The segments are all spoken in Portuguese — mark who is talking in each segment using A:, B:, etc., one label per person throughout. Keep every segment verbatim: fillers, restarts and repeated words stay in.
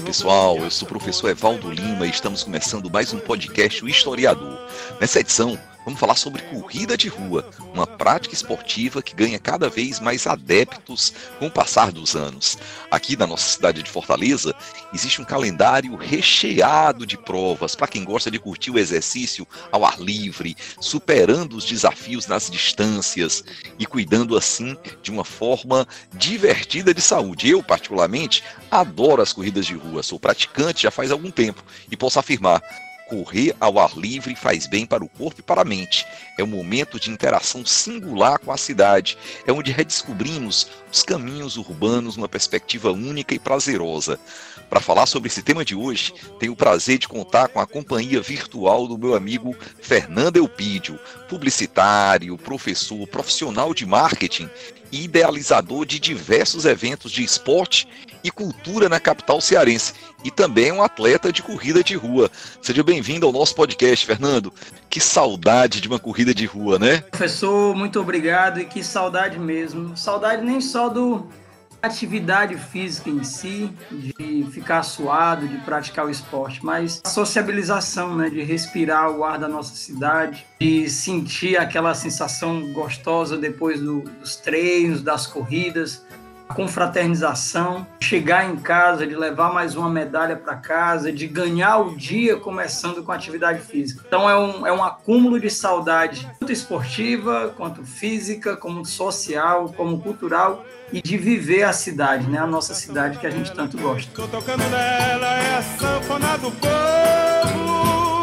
A: pessoal, eu sou o professor Evaldo Lima e estamos começando mais um podcast O Historiador. Nessa edição, vamos falar sobre corrida de rua, uma prática esportiva que ganha cada vez mais adeptos com o passar dos anos. Aqui na nossa cidade de Fortaleza, existe um calendário recheado de provas para quem gosta de curtir o exercício ao ar livre, superando os desafios nas distâncias e cuidando assim de uma forma divertida de saúde. Eu, particularmente, adoro as corridas de rua, sou praticante já faz algum tempo e posso afirmar: correr ao ar livre faz bem para o corpo e para a mente. É um momento de interação singular com a cidade. É onde redescobrimos os caminhos urbanos numa perspectiva única e prazerosa. Para falar sobre esse tema de hoje, tenho o prazer de contar com a companhia virtual do meu amigo Fernando Elpidio, publicitário, professor, profissional de marketing e idealizador de diversos eventos de esporte e cultura na capital cearense, e também um atleta de corrida de rua. Seja bem-vindo ao nosso podcast, Fernando. Que saudade de uma corrida de rua, né?
B: Professor, muito obrigado, e que saudade mesmo. Saudade nem só do atividade física em si, de ficar suado, de praticar o esporte, mas a sociabilização, né, de respirar o ar da nossa cidade, de sentir aquela sensação gostosa depois do, dos treinos, das corridas, a confraternização, chegar em casa, de levar mais uma medalha para casa, de ganhar o dia começando com atividade física. Então é um, é um acúmulo de saudade, tanto esportiva, quanto física, como social, como cultural, e de viver a cidade, né? A nossa cidade que a gente tanto gosta.
C: Tô tocando nela, é a sanfona do povo.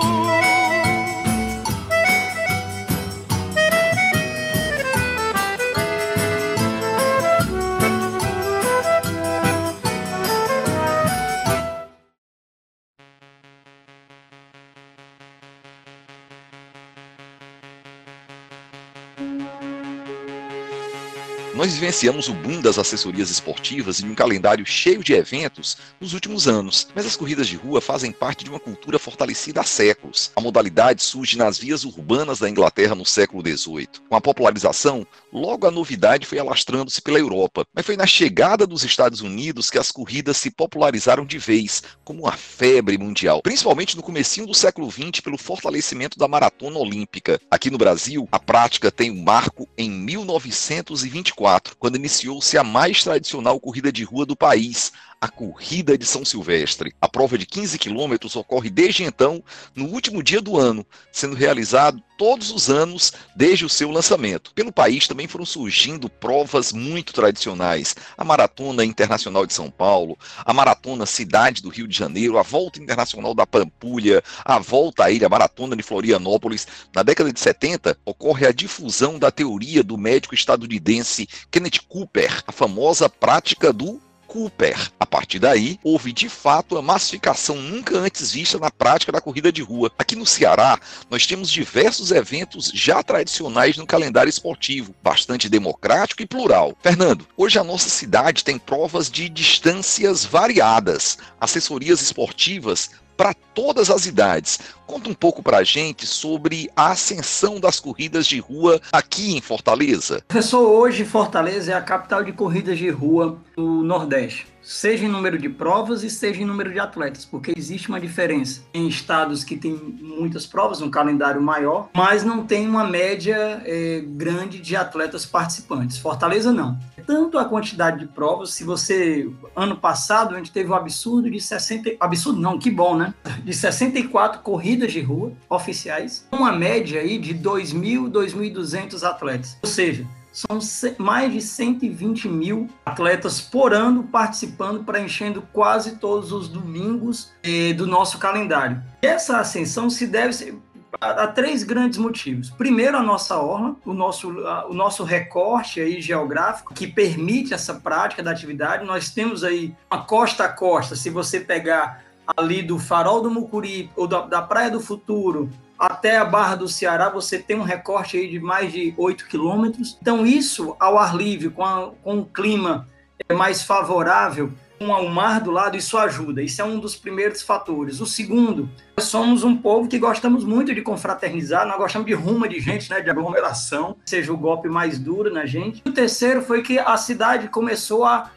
A: Nós vivenciamos o boom das assessorias esportivas em um calendário cheio de eventos nos últimos anos, mas as corridas de rua fazem parte de uma cultura fortalecida há séculos. A modalidade surge nas vias urbanas da Inglaterra no século dezoito. Com a popularização, logo a novidade foi alastrando-se pela Europa, mas foi na chegada dos Estados Unidos que as corridas se popularizaram de vez, como uma febre mundial, principalmente no comecinho do século vinte pelo fortalecimento da maratona olímpica. Aqui no Brasil, a prática tem um marco em mil novecentos e vinte e quatro, quando iniciou-se a mais tradicional corrida de rua do país, a Corrida de São Silvestre. A prova de quinze quilômetros ocorre desde então no último dia do ano, sendo realizado todos os anos desde o seu lançamento. Pelo país também foram surgindo provas muito tradicionais: a Maratona Internacional de São Paulo, a Maratona Cidade do Rio de Janeiro, a Volta Internacional da Pampulha, a Volta à Ilha Maratona de Florianópolis. Na década de setenta, ocorre a difusão da teoria do médico estadunidense Kenneth Cooper, a famosa prática do Cooper. A partir daí, houve de fato a massificação nunca antes vista na prática da corrida de rua. Aqui no Ceará, nós temos diversos eventos já tradicionais no calendário esportivo, bastante democrático e plural. Fernando, hoje a nossa cidade tem provas de distâncias variadas, assessorias esportivas para todas as idades. Conta um pouco para a gente sobre a ascensão das corridas de rua aqui em Fortaleza.
B: Professor, hoje Fortaleza é a capital de corridas de rua do Nordeste, seja em número de provas e seja em número de atletas, porque existe uma diferença em estados que têm muitas provas, um calendário maior, mas não tem uma média é, grande de atletas participantes. Fortaleza não. Tanto a quantidade de provas, se você, ano passado, a gente teve um absurdo de sessenta, absurdo não, que bom, né? De sessenta e quatro corridas de rua oficiais, uma média aí de dois mil, dois mil e duzentos atletas. Ou seja, são mais de cento e vinte mil atletas por ano participando, preenchendo quase todos os domingos eh, do nosso calendário. Essa ascensão se deve a, a três grandes motivos. Primeiro, a nossa orla, o nosso, a, o nosso recorte aí geográfico que permite essa prática da atividade. Nós temos aí uma costa a costa, se você pegar ali do Farol do Mucuri ou da, da Praia do Futuro até a Barra do Ceará, você tem um recorte aí de mais de oito quilômetros. Então, isso ao ar livre, com, a, com um clima mais favorável, com o mar do lado, isso ajuda. Isso é um dos primeiros fatores. O segundo, nós somos um povo que gostamos muito de confraternizar, nós gostamos de ruma de gente, né, de aglomeração, seja o golpe mais duro na gente. O terceiro foi que a cidade começou a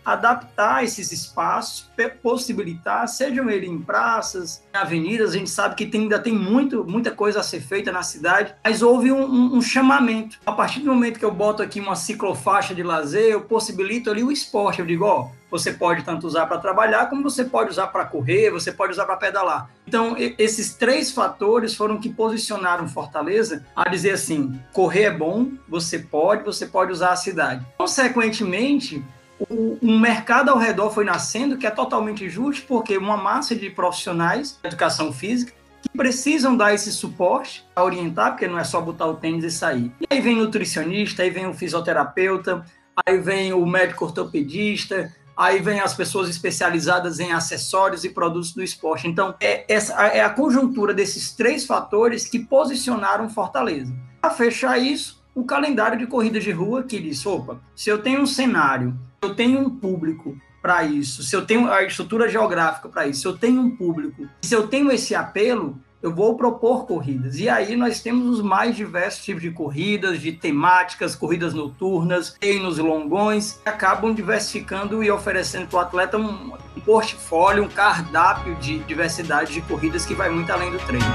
B: adaptar esses espaços, possibilitar, sejam eles em praças, em avenidas. A gente sabe que tem, ainda tem muito, muita coisa a ser feita na cidade, mas houve um, um, um chamamento. A partir do momento que eu boto aqui uma ciclofaixa de lazer, eu possibilito ali o esporte. Eu digo, ó, você pode tanto usar para trabalhar, como você pode usar para correr, você pode usar para pedalar. Então, esses três fatores foram que posicionaram Fortaleza a dizer assim, correr é bom, você pode, você pode usar a cidade. Consequentemente, o, um mercado ao redor foi nascendo que é totalmente justo, porque uma massa de profissionais de educação física que precisam dar esse suporte a orientar, porque não é só botar o tênis e sair. E aí vem o nutricionista, aí vem o fisioterapeuta, aí vem o médico ortopedista, aí vem as pessoas especializadas em acessórios e produtos do esporte. Então, é, essa, é a conjuntura desses três fatores que posicionaram Fortaleza. Para fechar isso, o calendário de corridas de rua que diz, opa, se eu tenho um cenário, se eu tenho um público para isso, se eu tenho a estrutura geográfica para isso, se eu tenho um público, se eu tenho esse apelo, eu vou propor corridas. E aí nós temos os mais diversos tipos de corridas, de temáticas, corridas noturnas, treinos longões, que acabam diversificando e oferecendo para o atleta um, um portfólio, um cardápio de diversidade de corridas que vai muito além do treino.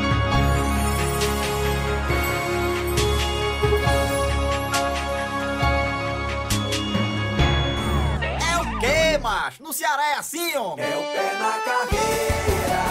D: É o quê, macho? No Ceará é assim, homem? É o pé na carreira.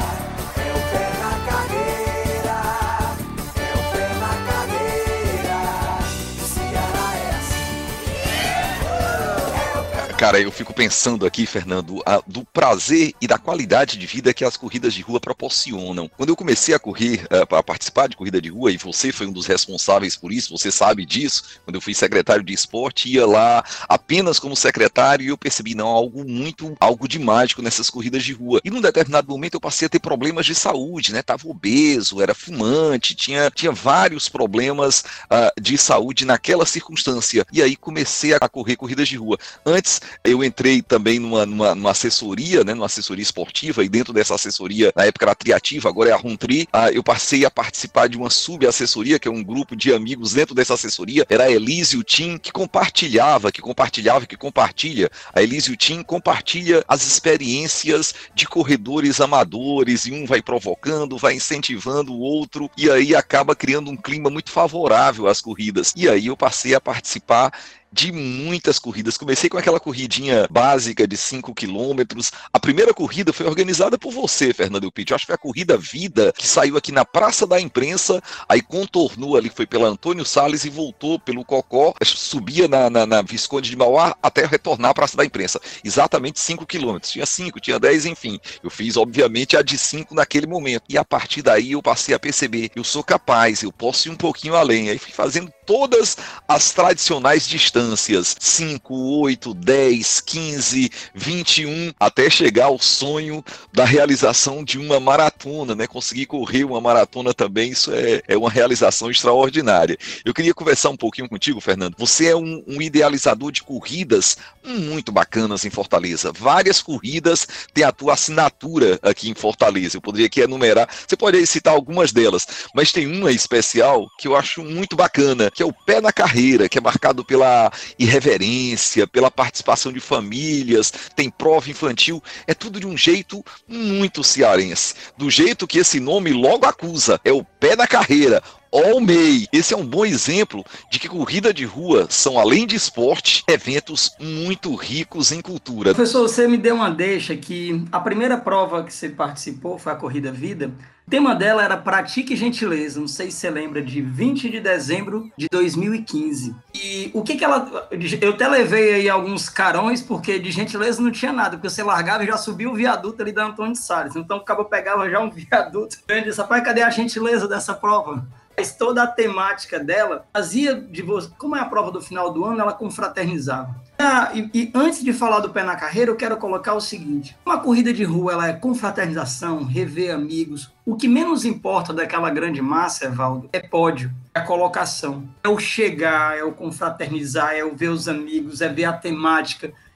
A: Cara, eu fico pensando aqui, Fernando, a, do prazer e da qualidade de vida que as corridas de rua proporcionam. Quando eu comecei a correr, uh, para participar de corrida de rua, e você foi um dos responsáveis por isso, você sabe disso, quando eu fui secretário de esporte, ia lá apenas como secretário e eu percebi, não, algo muito, algo de mágico nessas corridas de rua. E num determinado momento eu passei a ter problemas de saúde, né? Tava obeso, era fumante, tinha, tinha vários problemas uh, de saúde naquela circunstância. E aí comecei a correr corridas de rua. Antes, eu entrei também numa, numa, numa assessoria, né, numa assessoria esportiva, e dentro dessa assessoria, na época era a Triativa, agora é a Runtri, ah, eu passei a participar de uma subassessoria, que é um grupo de amigos dentro dessa assessoria, era a Elise e o Tim, que compartilhava, que compartilhava, que compartilha, a Elise e o Tim compartilha as experiências de corredores amadores, e um vai provocando, vai incentivando o outro, e aí acaba criando um clima muito favorável às corridas, e aí eu passei a participar de muitas corridas. Comecei com aquela corridinha básica de cinco quilômetros. A primeira corrida foi organizada por você, Fernando Pitt. Acho que foi a Corrida Vida, que saiu aqui na Praça da Imprensa, aí contornou ali, foi pela Antônio Salles e voltou pelo Cocó, subia na, na, na Visconde de Mauá até retornar à Praça da Imprensa. Exatamente cinco quilômetros. Tinha cinco, tinha dez, enfim. Eu fiz, obviamente, a de cinco naquele momento. E a partir daí eu passei a perceber, eu sou capaz, eu posso ir um pouquinho além. Aí fui fazendo todas as tradicionais distâncias, cinco, oito, dez, quinze, vinte e um, até chegar ao sonho da realização de uma maratona, né? Conseguir correr uma maratona também, isso é, é uma realização extraordinária. Eu queria conversar um pouquinho contigo, Fernando. Você é um, um idealizador de corridas muito bacanas em Fortaleza. Várias corridas têm a tua assinatura aqui em Fortaleza. Eu poderia aqui enumerar, você pode aí citar algumas delas, mas tem uma especial que eu acho muito bacana, que é o Pé na Carreira, que é marcado pela irreverência, pela participação de famílias, tem prova infantil, é tudo de um jeito muito cearense, do jeito que esse nome logo acusa, é o Pé na Carreira. All May. Esse é um bom exemplo de que corrida de rua são, além de esporte, eventos muito ricos em cultura.
B: Professor, você me deu uma deixa que a primeira prova que você participou foi a Corrida Vida. O tema dela era Pratique Gentileza, não sei se você lembra, de vinte de dezembro de dois mil e quinze. E o que que ela... Eu até levei aí alguns carões, porque de gentileza não tinha nada, porque você largava e já subia o viaduto ali da Antônio Salles. Então o cabo pegava já um viaduto e disse, rapaz, cadê a gentileza dessa prova? Mas toda a temática dela fazia de você, como é a prova do final do ano, ela confraternizava. Ah, e, e antes de falar do Pé na Carreira, eu quero colocar o seguinte: uma corrida de rua, ela é confraternização, rever amigos. O que menos importa daquela grande massa, Evaldo, é pódio, é a colocação. É o chegar, é o confraternizar, é o ver os amigos, é ver a temática.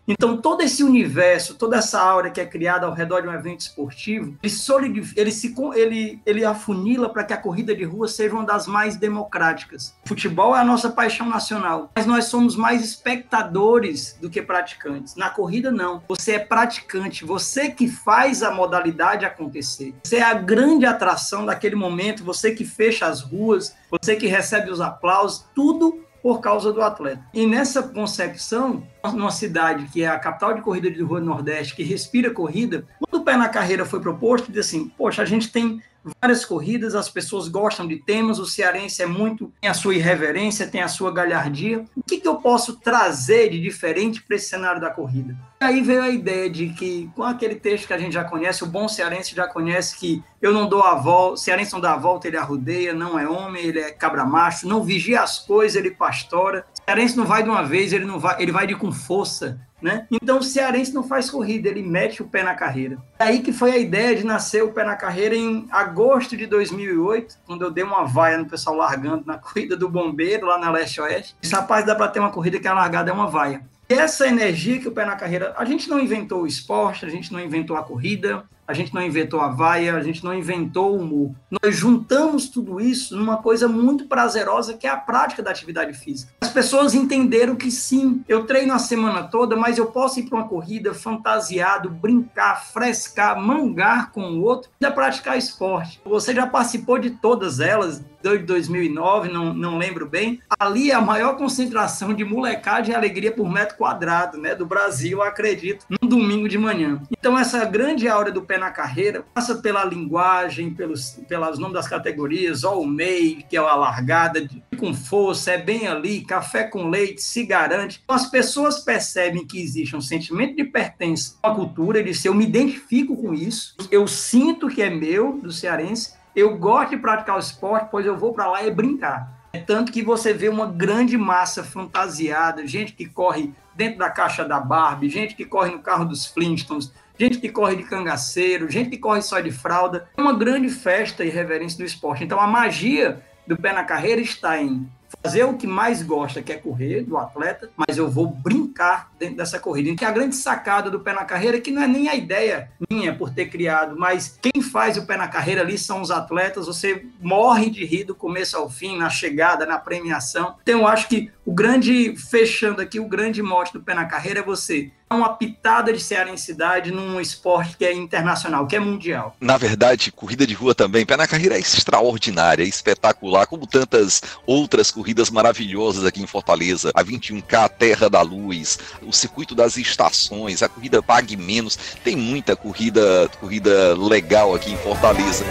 B: Então, todo esse universo, toda essa aura que é criada ao redor de um evento esportivo, ele, solidif- ele, se, ele, ele afunila para que a corrida de rua seja uma das mais democráticas. O futebol é a nossa paixão nacional, mas nós somos mais espectadores do que praticantes. Na corrida, não. Você é praticante, você que faz a modalidade acontecer. Você é a grande atração daquele momento, você que fecha as ruas, você que recebe os aplausos, tudo por causa do atleta. E nessa concepção, numa cidade que é a capital de corrida de rua do Nordeste, que respira corrida, quando o Pé na Carreira foi proposto, diz assim, poxa, a gente tem várias corridas, as pessoas gostam de temas, o cearense é muito, tem a sua irreverência, tem a sua galhardia. O que, que eu posso trazer de diferente para esse cenário da corrida? E aí veio a ideia de que, com aquele texto que a gente já conhece, o bom cearense já conhece que eu não dou a volta, o cearense não dá a volta, ele arrodeia, não é homem, ele é cabra macho, não vigia as coisas, ele pastora. O cearense não vai de uma vez, ele, não vai, ele vai de com força, né? Então o cearense não faz corrida, ele mete o pé na carreira. Aí que foi a ideia de nascer o Pé na Carreira em agosto de dois mil e oito, quando eu dei uma vaia no pessoal largando na corrida do Bombeiro, lá na Leste-Oeste. Disse, rapaz, dá para ter uma corrida que a largada é uma vaia. E essa energia que o Pé na Carreira, a gente não inventou o esporte, a gente não inventou a corrida, a gente não inventou a vaia, a gente não inventou o humor. Nós juntamos tudo isso numa coisa muito prazerosa, que é a prática da atividade física. As pessoas entenderam que sim, eu treino a semana toda, mas eu posso ir para uma corrida fantasiado, brincar, frescar, mangar com o outro e praticar esporte. Você já participou de todas elas, de dois mil e nove, não, não lembro bem. Ali é a maior concentração de molecagem e alegria por metro quadrado, né, do Brasil, acredito, num domingo de manhã. Então essa grande aura do Pé na Carreira passa pela linguagem, pelos, pelos nomes das categorias, all meio, que é a largada, de, com força, é bem ali, café com leite, se garante. Então, as pessoas percebem que existe um sentimento de pertença à cultura, de ser, eu me identifico com isso, eu sinto que é meu, do cearense, eu gosto de praticar o esporte, pois eu vou para lá e brincar. É tanto que você vê uma grande massa fantasiada, gente que corre dentro da caixa da Barbie, gente que corre no carro dos Flintstones, gente que corre de cangaceiro, gente que corre só de fralda. É uma grande festa e reverência do esporte. Então, a magia do Pé na Carreira está em fazer o que mais gosta, que é correr, do atleta, mas eu vou brincar dentro dessa corrida. Então, a grande sacada do Pé na Carreira, que não é nem a ideia minha por ter criado, mas quem faz o Pé na Carreira ali são os atletas, você morre de rir do começo ao fim, na chegada, na premiação. Então, eu acho que o grande, fechando aqui, o grande mote do Pé na Carreira é você dar uma pitada de cearensidade num esporte que é internacional, que é mundial.
A: Na verdade, corrida de rua também, Pé na Carreira é extraordinária, é espetacular, como tantas outras corridas maravilhosas aqui em Fortaleza, a vinte e um K, Terra da Luz, o circuito das estações, a corrida Pague Menos, tem muita corrida, corrida legal aqui em Fortaleza.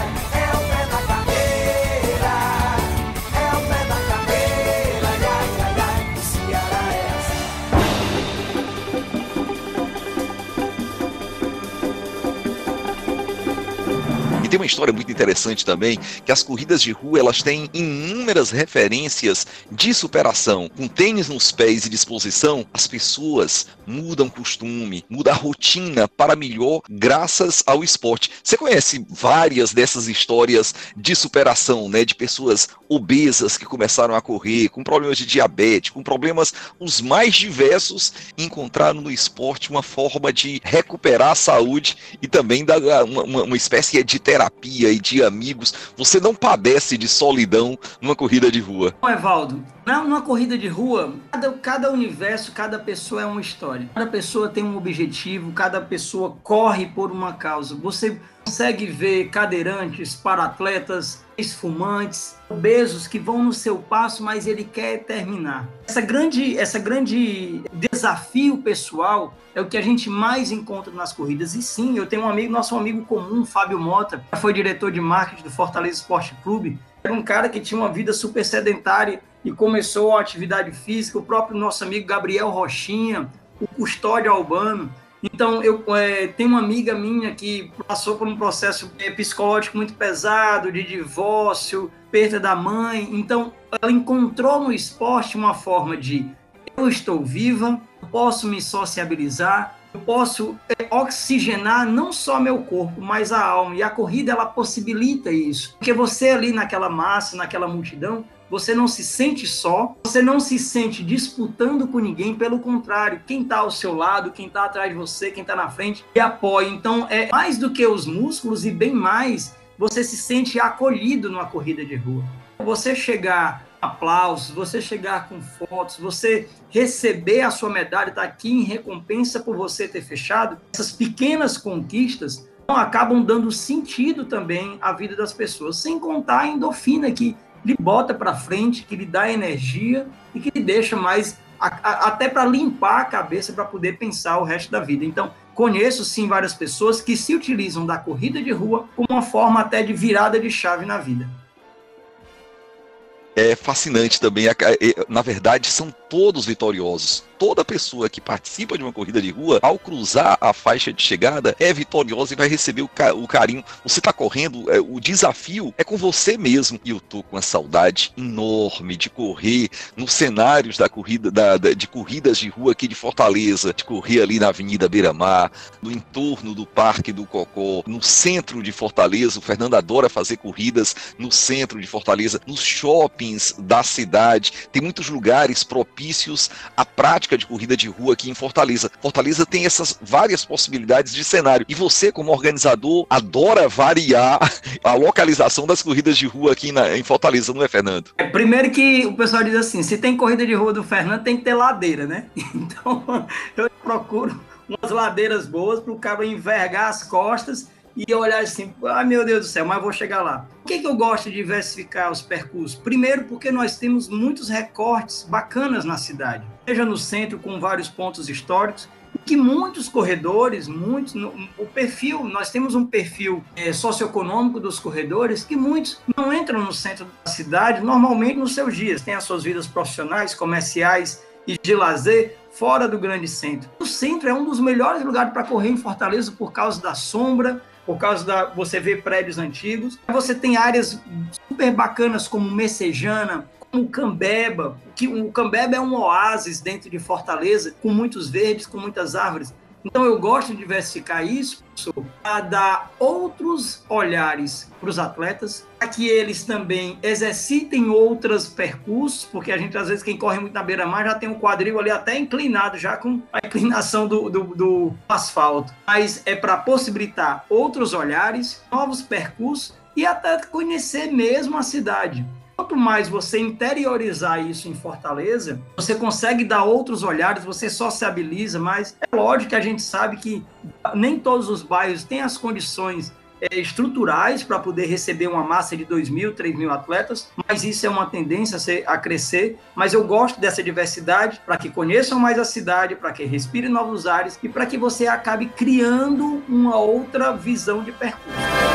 A: E tem uma história muito interessante também, que as corridas de rua, elas têm inúmeras referências de superação. Com tênis nos pés e disposição, as pessoas mudam costume, mudam a rotina para melhor graças ao esporte. Você conhece várias dessas histórias de superação, né, de pessoas obesas que começaram a correr, com problemas de diabetes, com problemas os mais diversos, e encontraram no esporte uma forma de recuperar a saúde e também dar uma, uma, uma espécie de terapia e de amigos. Você não padece de solidão numa corrida de rua.
B: Bom, Evaldo, numa corrida de rua, cada, cada universo, cada pessoa é uma história. Cada pessoa tem um objetivo, cada pessoa corre por uma causa. Você consegue ver cadeirantes, para-atletas, esfumantes, obesos que vão no seu passo, mas ele quer terminar. Essa grande, essa grande desafio pessoal é o que a gente mais encontra nas corridas. E sim, eu tenho um amigo, nosso amigo comum, Fábio Mota, que foi diretor de marketing do Fortaleza Esporte Clube. Era um cara que tinha uma vida super sedentária e começou a atividade física. O próprio nosso amigo Gabriel Rochinha, o Custódio Albano. Então, eu é, tenho uma amiga minha que passou por um processo é, psicológico muito pesado, de divórcio, perda da mãe. Então, ela encontrou no esporte uma forma de eu estou viva, posso me sociabilizar, eu posso é, oxigenar não só meu corpo, mas a alma. E a corrida, ela possibilita isso. Porque você ali naquela massa, naquela multidão, você não se sente só, você não se sente disputando com ninguém, pelo contrário, quem está ao seu lado, quem está atrás de você, quem está na frente, te apoia. Então, é mais do que os músculos e bem mais, você se sente acolhido numa corrida de rua. Você chegar com aplausos, você chegar com fotos, você receber a sua medalha, estar aqui em recompensa por você ter fechado, essas pequenas conquistas acabam dando sentido também à vida das pessoas, sem contar a endorfina que lhe bota para frente, que lhe dá energia e que lhe deixa mais, a, a, até para limpar a cabeça para poder pensar o resto da vida. Então, conheço sim várias pessoas que se utilizam da corrida de rua como uma forma até de virada de chave na vida.
A: É fascinante também, na verdade são todos vitoriosos. Toda pessoa que participa de uma corrida de rua, ao cruzar a faixa de chegada, é vitoriosa e vai receber o, ca- o carinho. Você está correndo, é, o desafio é com você mesmo. E eu tô com uma saudade enorme de correr nos cenários da corrida, da, da, de corridas de rua aqui de Fortaleza, de correr ali na Avenida Beira-Mar, no entorno do Parque do Cocó, no centro de Fortaleza. O Fernando adora fazer corridas no centro de Fortaleza, nos shoppings da cidade. Tem muitos lugares propícios à prática de corrida de rua aqui em Fortaleza. Fortaleza tem essas várias possibilidades de cenário. E você, como organizador, adora variar a localização das corridas de rua aqui na, em Fortaleza, não é, Fernando?
B: É, primeiro que o pessoal diz assim, se tem corrida de rua do Fernando, tem que ter ladeira, né? Então, eu procuro umas ladeiras boas para o cara envergar as costas e olhar assim, ah, meu Deus do céu, mas vou chegar lá. Por que que eu gosto de diversificar os percursos? Primeiro, porque nós temos muitos recortes bacanas na cidade, seja no centro, com vários pontos históricos, que muitos corredores, muitos, o perfil, nós temos um perfil é, socioeconômico dos corredores que muitos não entram no centro da cidade, normalmente nos seus dias, têm as suas vidas profissionais, comerciais e de lazer fora do grande centro. O centro é um dos melhores lugares para correr em Fortaleza por causa da sombra, por causa da... você vê prédios antigos. Você tem áreas super bacanas como Messejana, como Cambeba, que o Cambeba é um oásis dentro de Fortaleza, com muitos verdes, com muitas árvores. Então eu gosto de diversificar isso para dar outros olhares para os atletas, para que eles também exercitem outros percursos, porque a gente, às vezes, quem corre muito na beira-mar já tem um quadril ali até inclinado, já com a inclinação do, do, do asfalto. Mas é para possibilitar outros olhares, novos percursos e até conhecer mesmo a cidade. Quanto mais você interiorizar isso em Fortaleza, você consegue dar outros olhares, você sociabiliza, mas é lógico que a gente sabe que nem todos os bairros têm as condições é, estruturais para poder receber uma massa de dois mil, três mil atletas, mas isso é uma tendência a, ser, a crescer. Mas eu gosto dessa diversidade para que conheçam mais a cidade, para que respirem novos ares e para que você acabe criando uma outra visão de percurso.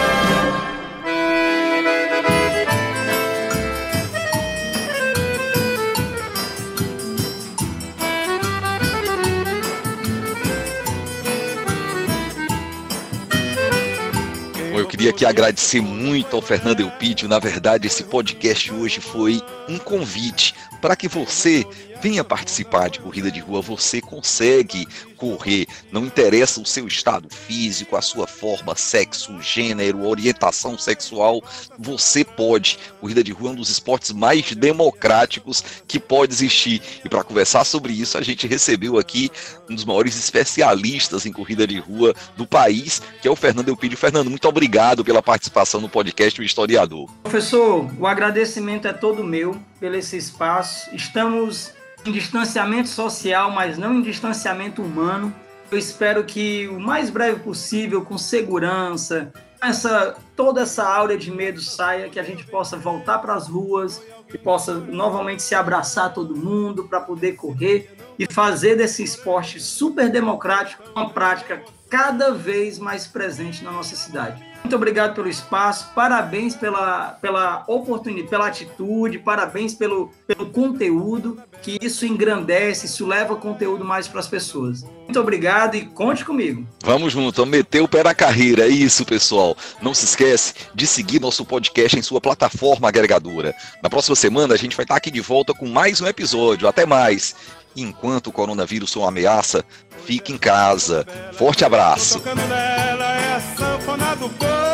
A: Eu queria aqui agradecer muito ao Fernando Elpidio. Na verdade, esse podcast hoje foi um convite para que você venha participar de corrida de rua. Você consegue correr, não interessa o seu estado físico, a sua forma, sexo, gênero, orientação sexual, você pode. Corrida de rua é um dos esportes mais democráticos que pode existir. E para conversar sobre isso, a gente recebeu aqui um dos maiores especialistas em corrida de rua do país, que é o Fernando Elpidio. Fernando, muito obrigado pela participação no podcast O Historiador.
B: Professor, o agradecimento é todo meu pelo esse espaço. Estamos em distanciamento social, mas não em distanciamento humano. Eu espero que o mais breve possível, com segurança, essa, toda essa áurea de medo saia, que a gente possa voltar para as ruas, que possa novamente se abraçar todo mundo para poder correr e fazer desse esporte super democrático uma prática cada vez mais presente na nossa cidade. Muito obrigado pelo espaço, parabéns pela, pela oportunidade, pela atitude, parabéns pelo, pelo conteúdo, que isso engrandece, isso leva conteúdo mais para as pessoas. Muito obrigado e conte comigo.
A: Vamos junto, vamos meter o pé na carreira, é isso, pessoal. Não se esquece de seguir nosso podcast em sua plataforma agregadora. Na próxima semana a gente vai estar aqui de volta com mais um episódio. Até mais. Enquanto o coronavírus for uma ameaça, fique em casa. Forte abraço.
C: Tocando nela é a sanfona do povo.